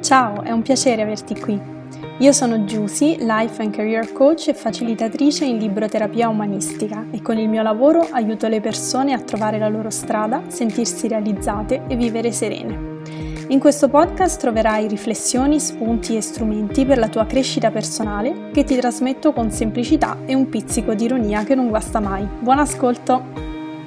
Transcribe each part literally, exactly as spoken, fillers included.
Ciao, è un piacere averti qui. Io sono Giusy, Life and Career Coach e facilitatrice in libroterapia umanistica e con il mio lavoro aiuto le persone a trovare la loro strada, sentirsi realizzate e vivere serene. In questo podcast troverai riflessioni, spunti e strumenti per la tua crescita personale che ti trasmetto con semplicità e un pizzico di ironia che non guasta mai. Buon ascolto!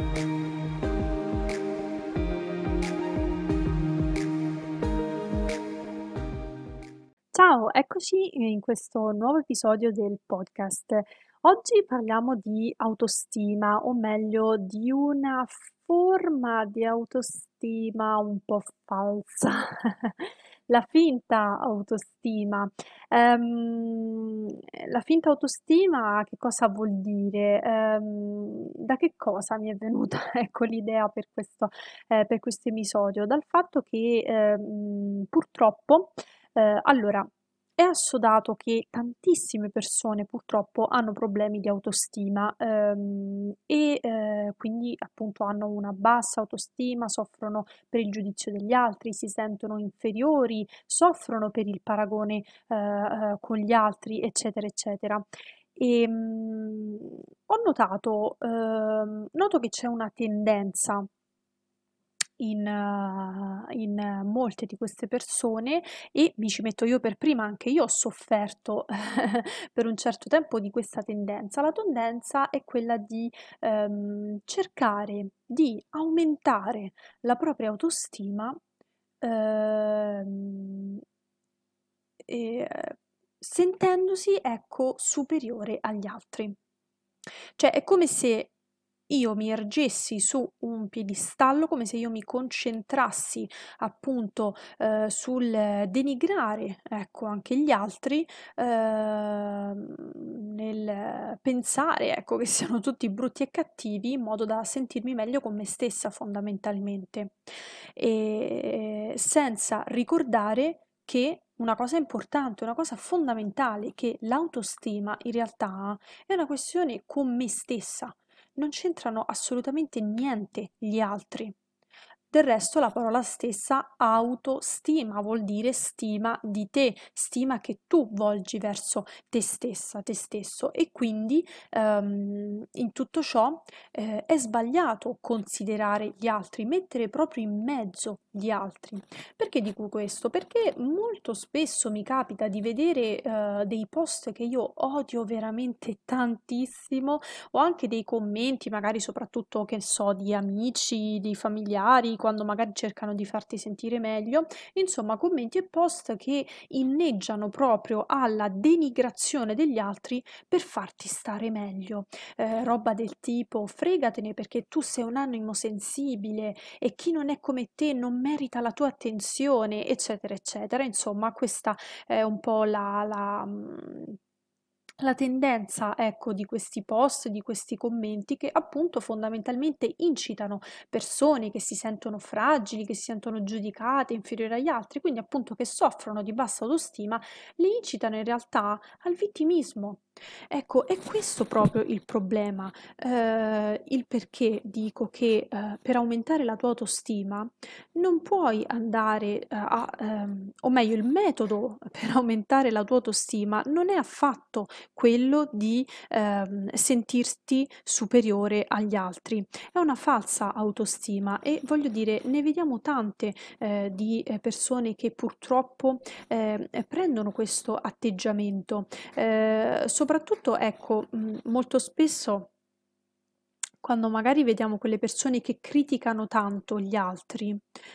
Ciao, eccoci in questo nuovo episodio del podcast. Oggi parliamo di autostima, o meglio di una forma di autostima un po' falsa, la finta autostima. Ehm, la finta autostima che cosa vuol dire? Ehm, da che cosa mi è venuta, ecco, l'idea per questo, eh, per questo episodio? Dal fatto che ehm, purtroppo Ehm, allora, è assodato che tantissime persone purtroppo hanno problemi di autostima, ehm, e, ehm, quindi appunto hanno una bassa autostima, soffrono per il giudizio degli altri, si sentono inferiori, soffrono per il paragone, ehm, ehm, con gli altri, eccetera, eccetera. Ehm, ho notato, ehm, noto che c'è una tendenza in, eh, in eh, molte di queste persone e mi ci metto io per prima, anche io ho sofferto per un certo tempo di questa tendenza. La tendenza è quella di ehm, cercare di aumentare la propria autostima ehm, e, eh, sentendosi, ecco, superiore agli altri. Cioè è come se io mi ergessi su un piedistallo, come se io mi concentrassi appunto eh, sul denigrare, ecco, anche gli altri, ehm, nel pensare, ecco, che siano tutti brutti e cattivi, in modo da sentirmi meglio con me stessa fondamentalmente, e senza ricordare che una cosa importante, una cosa fondamentale, che l'autostima in realtà è una questione con me stessa, non c'entrano assolutamente niente gli altri. Del resto la parola stessa autostima vuol dire stima di te, stima che tu volgi verso te stessa, te stesso, e quindi ehm, in tutto ciò eh, è sbagliato considerare gli altri, mettere proprio in mezzo gli altri. Perché dico questo? Perché molto spesso mi capita di vedere eh, dei post che io odio veramente tantissimo, o anche dei commenti, magari soprattutto, che so, di amici, di familiari, quando magari cercano di farti sentire meglio, insomma, commenti e post che inneggiano proprio alla denigrazione degli altri per farti stare meglio. Eh, roba del tipo: fregatene perché tu sei un animo sensibile e chi non è come te non merita la tua attenzione, eccetera, eccetera. Insomma, questa è un po' la, la, mm, la tendenza, ecco, di questi post, di questi commenti che appunto fondamentalmente incitano persone che si sentono fragili, che si sentono giudicate, inferiori agli altri, quindi appunto che soffrono di bassa autostima, li incitano in realtà al vittimismo. Ecco, è questo proprio il problema, eh, il perché dico che eh, per aumentare la tua autostima non puoi andare eh, a, ehm, o meglio, il metodo per aumentare la tua autostima non è affatto quello di ehm, sentirti superiore agli altri. È una falsa autostima e voglio dire, ne vediamo tante eh, di eh, persone che purtroppo eh, prendono questo atteggiamento. Eh, soprattutto, ecco, mh, molto spesso quando magari vediamo quelle persone che criticano tanto gli altri.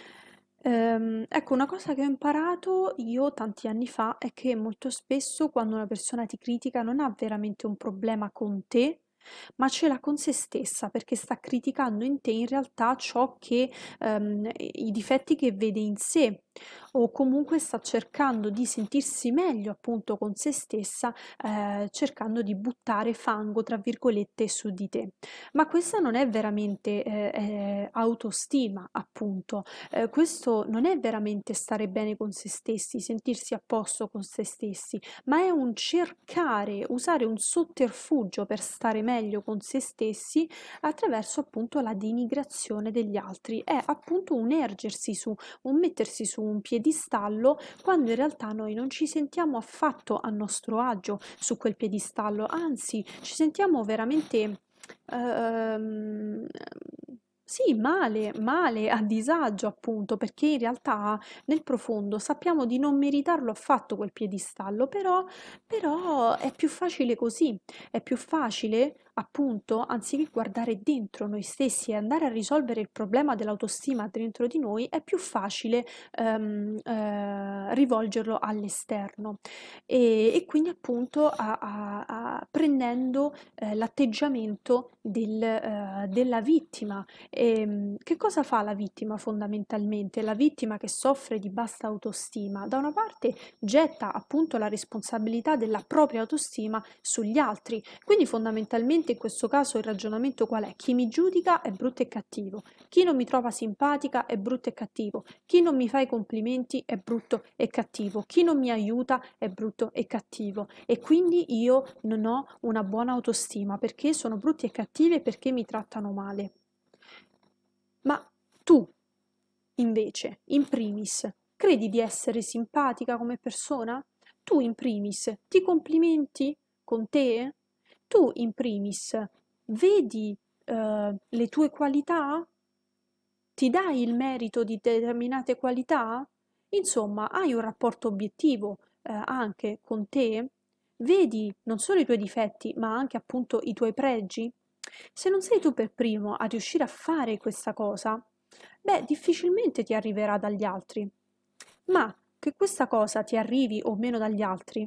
Ehm, ecco, una cosa che ho imparato io tanti anni fa è che molto spesso quando una persona ti critica non ha veramente un problema con te, ma ce l'ha con se stessa, perché sta criticando in te in realtà ciò che, ehm, i difetti che vede in sé, o comunque sta cercando di sentirsi meglio appunto con se stessa, eh, cercando di buttare fango, tra virgolette, su di te. Ma questa non è veramente eh, eh, autostima, appunto. Eh, questo non è veramente stare bene con se stessi, sentirsi a posto con se stessi, ma è un cercare, usare un sotterfugio per stare meglio meglio con se stessi attraverso appunto la denigrazione degli altri. È appunto un ergersi su, un mettersi su un piedistallo quando in realtà noi non ci sentiamo affatto a nostro agio su quel piedistallo, anzi ci sentiamo veramente ehm, sì, male, male, a disagio appunto, perché in realtà nel profondo sappiamo di non meritarlo affatto quel piedistallo, però, però è più facile così, è più facile appunto, anziché guardare dentro noi stessi e andare a risolvere il problema dell'autostima dentro di noi, è più facile ehm, eh, rivolgerlo all'esterno e, e quindi appunto a- a- a- prendendo eh, l'atteggiamento del, eh, della vittima. E, che cosa fa la vittima fondamentalmente? La vittima che soffre di bassa autostima, da una parte getta appunto la responsabilità della propria autostima sugli altri, quindi fondamentalmente in questo caso il ragionamento qual è? Chi mi giudica è brutto e cattivo, chi non mi trova simpatica è brutto e cattivo, chi non mi fa i complimenti è brutto e cattivo, chi non mi aiuta è brutto e cattivo e quindi io non ho una buona autostima perché sono brutti e cattivi e perché mi trattano male. Ma tu, invece, in primis, credi di essere simpatica come persona? Tu, in primis, ti complimenti con te? Tu, in primis, vedi eh, le tue qualità? Ti dai il merito di determinate qualità? Insomma, hai un rapporto obiettivo eh, anche con te? Vedi non solo i tuoi difetti, ma anche appunto i tuoi pregi? Se non sei tu per primo a riuscire a fare questa cosa, beh, difficilmente ti arriverà dagli altri. Ma che questa cosa ti arrivi o meno dagli altri,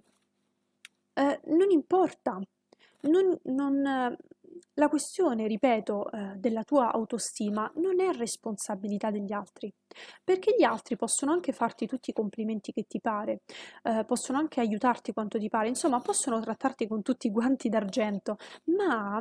eh, non importa. Non, non, eh, la questione, ripeto, eh, della tua autostima non è responsabilità degli altri, perché gli altri possono anche farti tutti i complimenti che ti pare, eh, possono anche aiutarti quanto ti pare, insomma, possono trattarti con tutti i guanti d'argento, ma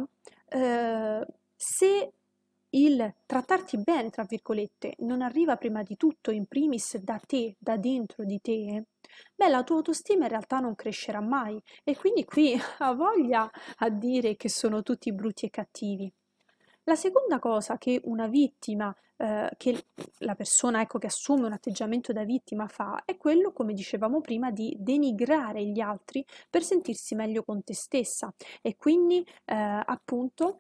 eh, se il trattarti bene, tra virgolette, non arriva prima di tutto in primis da te, da dentro di te, beh, la tua autostima in realtà non crescerà mai e quindi qui ha voglia a dire che sono tutti brutti e cattivi. La seconda cosa che una vittima, eh, che la persona ecco, che assume un atteggiamento da vittima fa, è quello, come dicevamo prima, di denigrare gli altri per sentirsi meglio con te stessa e quindi eh, appunto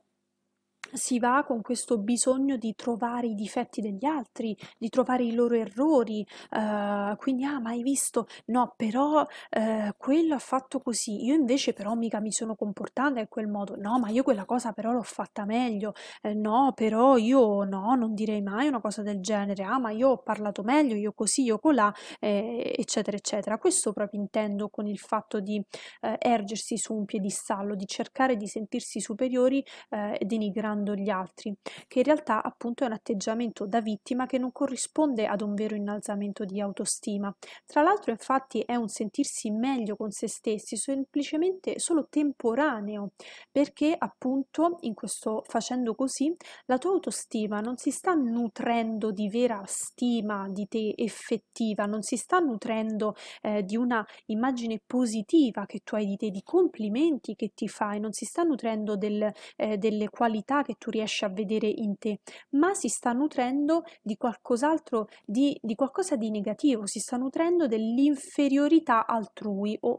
si va con questo bisogno di trovare i difetti degli altri, di trovare i loro errori, eh, quindi ah, ma hai visto? No, però eh, quello ha fatto così, io invece però mica mi sono comportata in quel modo, no, ma io quella cosa però l'ho fatta meglio, eh, no, però io no, non direi mai una cosa del genere, ah, ma io ho parlato meglio, io così, io colà, eh, eccetera, eccetera. Questo proprio intendo con il fatto di eh, ergersi su un piedistallo, di cercare di sentirsi superiori eh, denigrando gli altri, che in realtà appunto è un atteggiamento da vittima che non corrisponde ad un vero innalzamento di autostima. Tra l'altro infatti è un sentirsi meglio con se stessi, semplicemente solo temporaneo, perché appunto in questo facendo così la tua autostima non si sta nutrendo di vera stima di te effettiva, non si sta nutrendo eh, di una immagine positiva che tu hai di te, di complimenti che ti fai, non si sta nutrendo del, eh, delle qualità che tu riesci a vedere in te, ma si sta nutrendo di qualcos'altro, di, di qualcosa di negativo, si sta nutrendo dell'inferiorità altrui o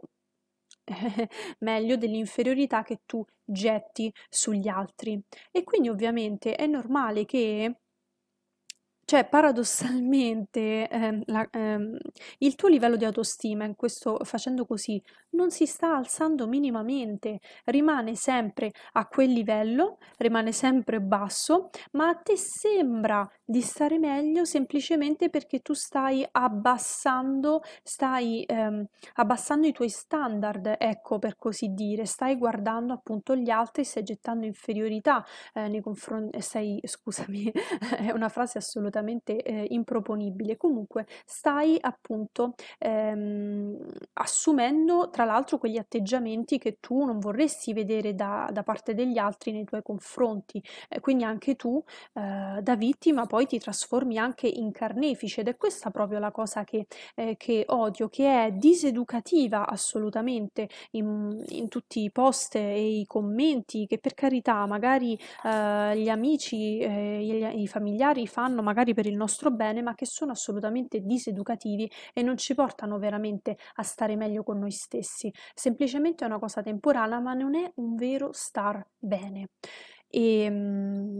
meglio dell'inferiorità che tu getti sugli altri. E quindi ovviamente è normale che cioè, paradossalmente, ehm, la ehm, il tuo livello di autostima in questo facendo così, non si sta alzando minimamente, rimane sempre a quel livello, rimane sempre basso, ma a te sembra di stare meglio semplicemente perché tu stai abbassando stai, ehm, abbassando i tuoi standard, ecco, per così dire, stai guardando appunto gli altri, stai gettando inferiorità, ehm, nei confron stai scusami, è una frase assolutamente assolutamente eh, improponibile. Comunque stai appunto ehm, assumendo tra l'altro quegli atteggiamenti che tu non vorresti vedere da, da parte degli altri nei tuoi confronti. Eh, quindi anche tu eh, da vittima poi ti trasformi anche in carnefice ed è questa proprio la cosa che, eh, che odio, che è diseducativa assolutamente in, in tutti i post e i commenti che per carità magari eh, gli amici e gli- i familiari fanno magari per il nostro bene, ma che sono assolutamente diseducativi e non ci portano veramente a stare meglio con noi stessi. Semplicemente è una cosa temporanea, ma non è un vero star bene. E, mm,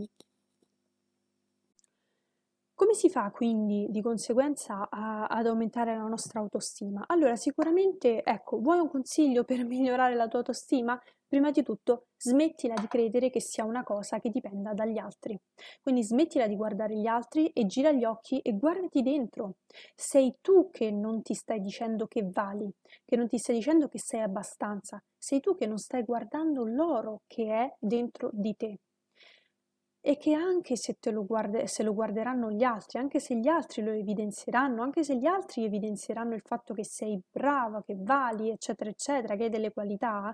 come si fa quindi di conseguenza a- ad aumentare la nostra autostima? Allora, sicuramente, ecco, vuoi un consiglio per migliorare la tua autostima? Prima di tutto, smettila di credere che sia una cosa che dipenda dagli altri. Quindi smettila di guardare gli altri e gira gli occhi e guardati dentro. Sei tu che non ti stai dicendo che vali, che non ti stai dicendo che sei abbastanza. Sei tu che non stai guardando l'oro che è dentro di te e che anche se te lo guarde- se lo guarderanno gli altri, anche se gli altri lo evidenzieranno, anche se gli altri evidenzieranno il fatto che sei brava, che vali, eccetera, eccetera, che hai delle qualità,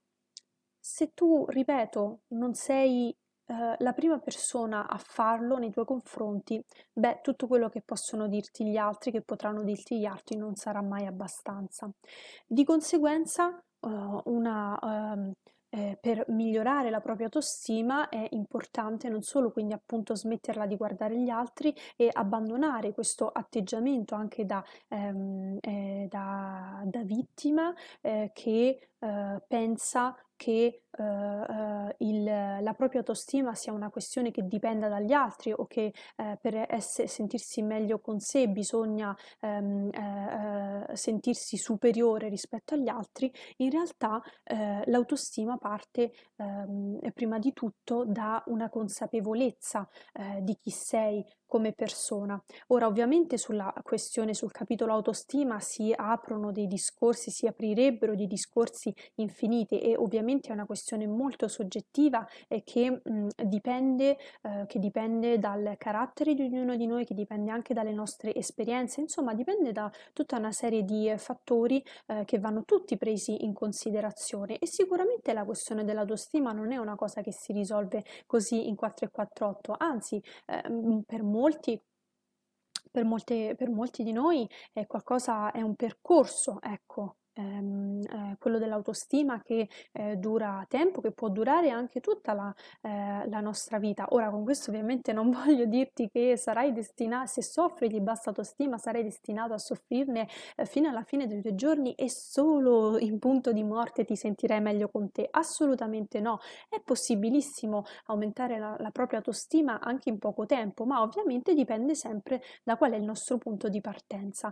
se tu, ripeto, non sei eh, la prima persona a farlo nei tuoi confronti, beh, tutto quello che possono dirti gli altri, che potranno dirti gli altri, non sarà mai abbastanza. Di conseguenza, eh, una, ehm, eh, per migliorare la propria autostima è importante non solo quindi appunto smetterla di guardare gli altri e abbandonare questo atteggiamento anche da, ehm, eh, da, da vittima eh, che eh, pensa che eh, eh, il- la propria autostima sia una questione che dipenda dagli altri o che eh, per esse- sentirsi meglio con sé bisogna ehm, eh, eh, sentirsi superiore rispetto agli altri, in realtà eh, l'autostima parte ehm, prima di tutto da una consapevolezza eh, di chi sei come persona. Ora, ovviamente sulla questione, sul capitolo autostima si aprono dei discorsi, si aprirebbero dei discorsi infiniti e ovviamente è una questione molto soggettiva e che mh, dipende, eh, che dipende dal carattere di ognuno di noi, che dipende anche dalle nostre esperienze, insomma dipende da tutta una serie di eh, fattori eh, che vanno tutti presi in considerazione e sicuramente la questione dell'autostima non è una cosa che si risolve così in quattro e quattro otto, anzi ehm, per molti per molte per molti di noi è qualcosa è un percorso, ecco, ehm, ehm, quello dell'autostima che, ehm, dura tempo, che può durare anche tutta la ehm, la nostra vita. Ora con questo ovviamente non voglio dirti che sarai destina se soffri di bassa autostima sarai destinato a soffrirne, ehm, fino alla fine dei tuoi giorni e solo in punto di morte ti sentirai meglio con te. Assolutamente no. È possibilissimo aumentare la la propria autostima anche in poco tempo, ma ovviamente dipende sempre da qual è il nostro punto di partenza.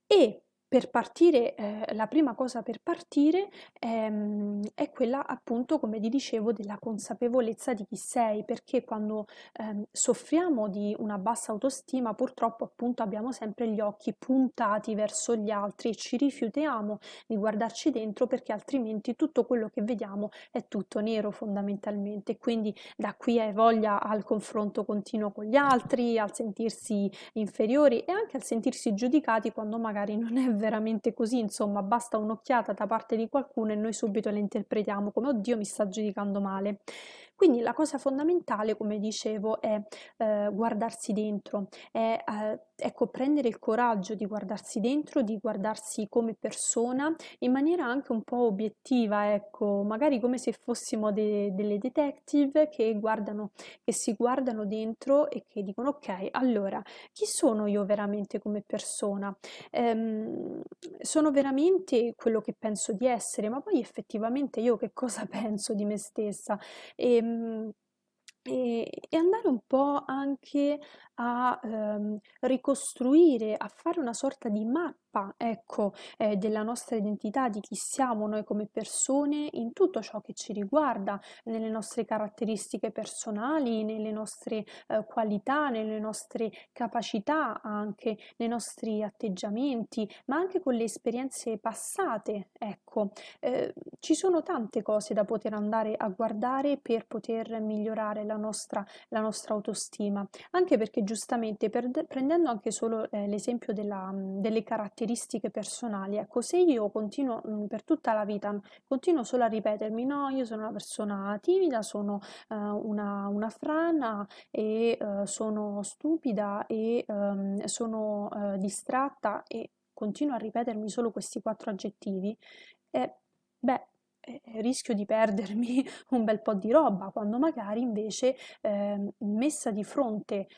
E per partire, eh, la prima cosa per partire ehm, è quella appunto, come ti dicevo, della consapevolezza di chi sei, perché quando ehm, soffriamo di una bassa autostima, purtroppo appunto abbiamo sempre gli occhi puntati verso gli altri e ci rifiutiamo di guardarci dentro perché altrimenti tutto quello che vediamo è tutto nero fondamentalmente. Quindi da qui hai voglia al confronto continuo con gli altri, al sentirsi inferiori e anche al sentirsi giudicati quando magari non è veramente così, insomma, basta un'occhiata da parte di qualcuno e noi subito la interpretiamo come oddio mi sta giudicando male. Quindi la cosa fondamentale, come dicevo, è eh, guardarsi dentro, è eh, ecco, prendere il coraggio di guardarsi dentro, di guardarsi come persona in maniera anche un po' obiettiva, ecco, magari come se fossimo de- delle detective che guardano, che si guardano dentro e che dicono ok, allora chi sono io veramente come persona? Ehm, sono veramente quello che penso di essere, ma poi effettivamente io che cosa penso di me stessa? Ehm, e, e andare un po' anche a ehm, ricostruire, a fare una sorta di mappa mappa, ecco, eh, della nostra identità, di chi siamo noi come persone in tutto ciò che ci riguarda, nelle nostre caratteristiche personali, nelle nostre eh, qualità, nelle nostre capacità, anche nei nostri atteggiamenti, ma anche con le esperienze passate, ecco. Eh, ci sono tante cose da poter andare a guardare per poter migliorare la nostra, la nostra autostima, anche perché giustamente perde- prendendo anche solo eh, l'esempio della, mh, delle caratteristiche personali, ecco, se io continuo mh, per tutta la vita, continuo solo a ripetermi, no, io sono una persona timida, sono eh, una, una frana e eh, sono stupida e ehm, sono eh, distratta e continuo a ripetermi solo questi quattro aggettivi, e beh, eh, rischio di perdermi un bel po' di roba, quando magari invece ehm, messa di fronte eh,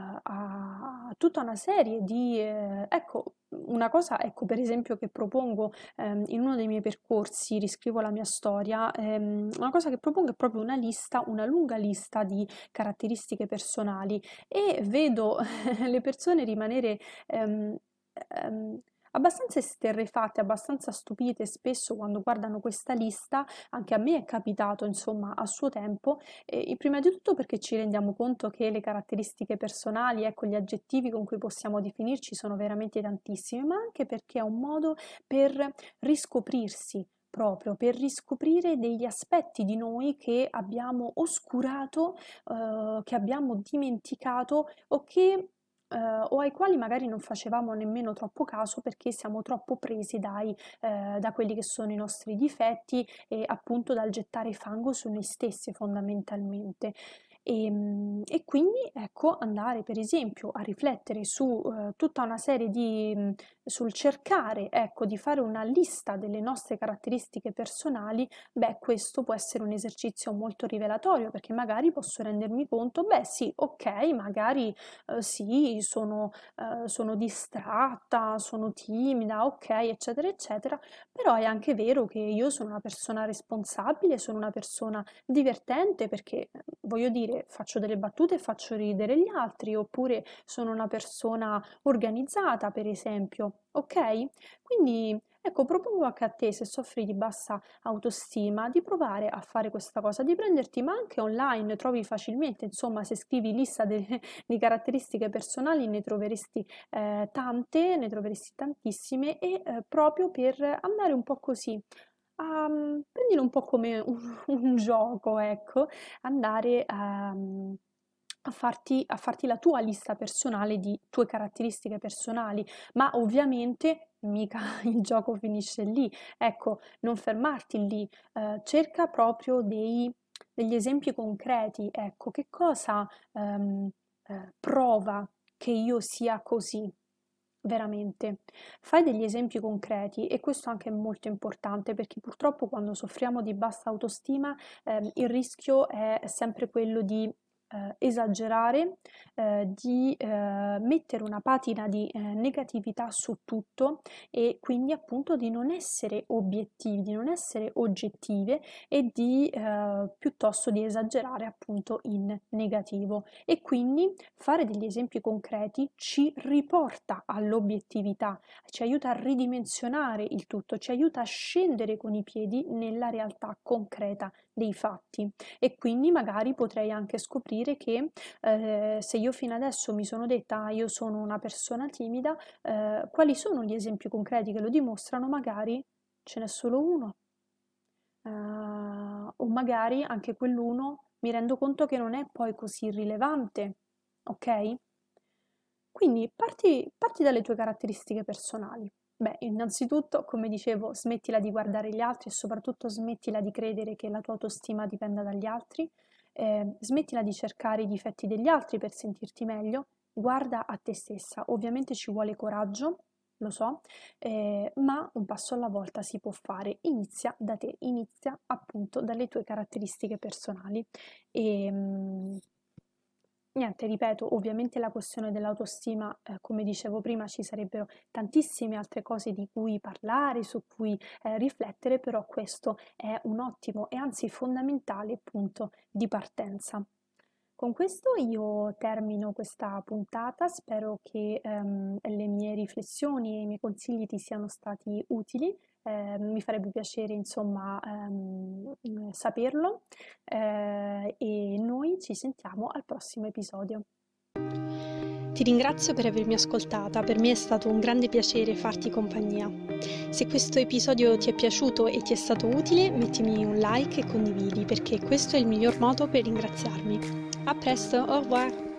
a tutta una serie di, eh, ecco, una cosa, ecco, per esempio, che propongo ehm, in uno dei miei percorsi, riscrivo la mia storia, ehm, una cosa che propongo è proprio una lista, una lunga lista di caratteristiche personali e vedo le persone rimanere ehm, ehm, abbastanza esterrefatte, abbastanza stupite spesso quando guardano questa lista, anche a me è capitato, insomma, a suo tempo, e prima di tutto perché ci rendiamo conto che le caratteristiche personali, ecco, gli aggettivi con cui possiamo definirci sono veramente tantissimi, ma anche perché è un modo per riscoprirsi. Proprio per riscoprire degli aspetti di noi che abbiamo oscurato, eh, che abbiamo dimenticato o che eh, o ai quali magari non facevamo nemmeno troppo caso perché siamo troppo presi dai, eh, da quelli che sono i nostri difetti e appunto dal gettare fango su noi stessi fondamentalmente. E, mm, e quindi ecco andare per esempio a riflettere su eh, tutta una serie di mm, sul cercare ecco di fare una lista delle nostre caratteristiche personali, beh questo può essere un esercizio molto rivelatorio perché magari posso rendermi conto, beh sì, ok, magari eh, sì, sono, eh, sono distratta, sono timida, ok, eccetera, eccetera, però è anche vero che io sono una persona responsabile, sono una persona divertente perché, eh, voglio dire, faccio delle battute e faccio ridere gli altri, oppure sono una persona organizzata, per esempio, ok? Quindi, ecco, propongo anche a te, se soffri di bassa autostima, di provare a fare questa cosa, di prenderti, ma anche online, trovi facilmente, insomma, se scrivi lista delle di caratteristiche personali ne troveresti eh, tante, ne troveresti tantissime e eh, proprio per andare un po' così, a, prendilo un po' come un, un gioco, ecco, andare a, a farti, a farti la tua lista personale di tue caratteristiche personali, ma ovviamente mica il gioco finisce lì, ecco, non fermarti lì, eh, cerca proprio dei, degli esempi concreti, ecco, che cosa ehm, eh, prova che io sia così, veramente. Fai degli esempi concreti e questo anche è molto importante perché purtroppo quando soffriamo di bassa autostima ehm, il rischio è sempre quello di eh, esagerare, eh, di eh, mettere una patina di eh, negatività su tutto e quindi appunto di non essere obiettivi, di non essere oggettive e di eh, piuttosto di esagerare appunto in negativo e quindi fare degli esempi concreti ci riporta all'obiettività, ci aiuta a ridimensionare il tutto, ci aiuta a scendere con i piedi nella realtà concreta dei fatti e quindi magari potrei anche scoprire che eh, se io fino adesso mi sono detta ah, io sono una persona timida, eh, quali sono gli esempi concreti che lo dimostrano? Magari ce n'è solo uno, eh, o magari anche quell'uno mi rendo conto che non è poi così rilevante, ok? Quindi parti, parti dalle tue caratteristiche personali. Beh, innanzitutto, come dicevo, smettila di guardare gli altri e soprattutto smettila di credere che la tua autostima dipenda dagli altri, eh, smettila di cercare i difetti degli altri per sentirti meglio, guarda a te stessa. Ovviamente ci vuole coraggio, lo so, eh, ma un passo alla volta si può fare. Inizia da te, inizia appunto dalle tue caratteristiche personali. E, mm, Niente, ripeto, ovviamente la questione dell'autostima, eh, come dicevo prima, ci sarebbero tantissime altre cose di cui parlare, su cui eh, riflettere, però questo è un ottimo e anzi fondamentale punto di partenza. Con questo io termino questa puntata, spero che ehm, le mie riflessioni e i miei consigli ti siano stati utili. Eh, mi farebbe piacere, insomma, ehm, eh, saperlo, eh, e noi ci sentiamo al prossimo episodio. Ti ringrazio per avermi ascoltata, per me è stato un grande piacere farti compagnia. Se questo episodio ti è piaciuto e ti è stato utile, mettimi un like e condividi, perché questo è il miglior modo per ringraziarmi. A presto, au revoir!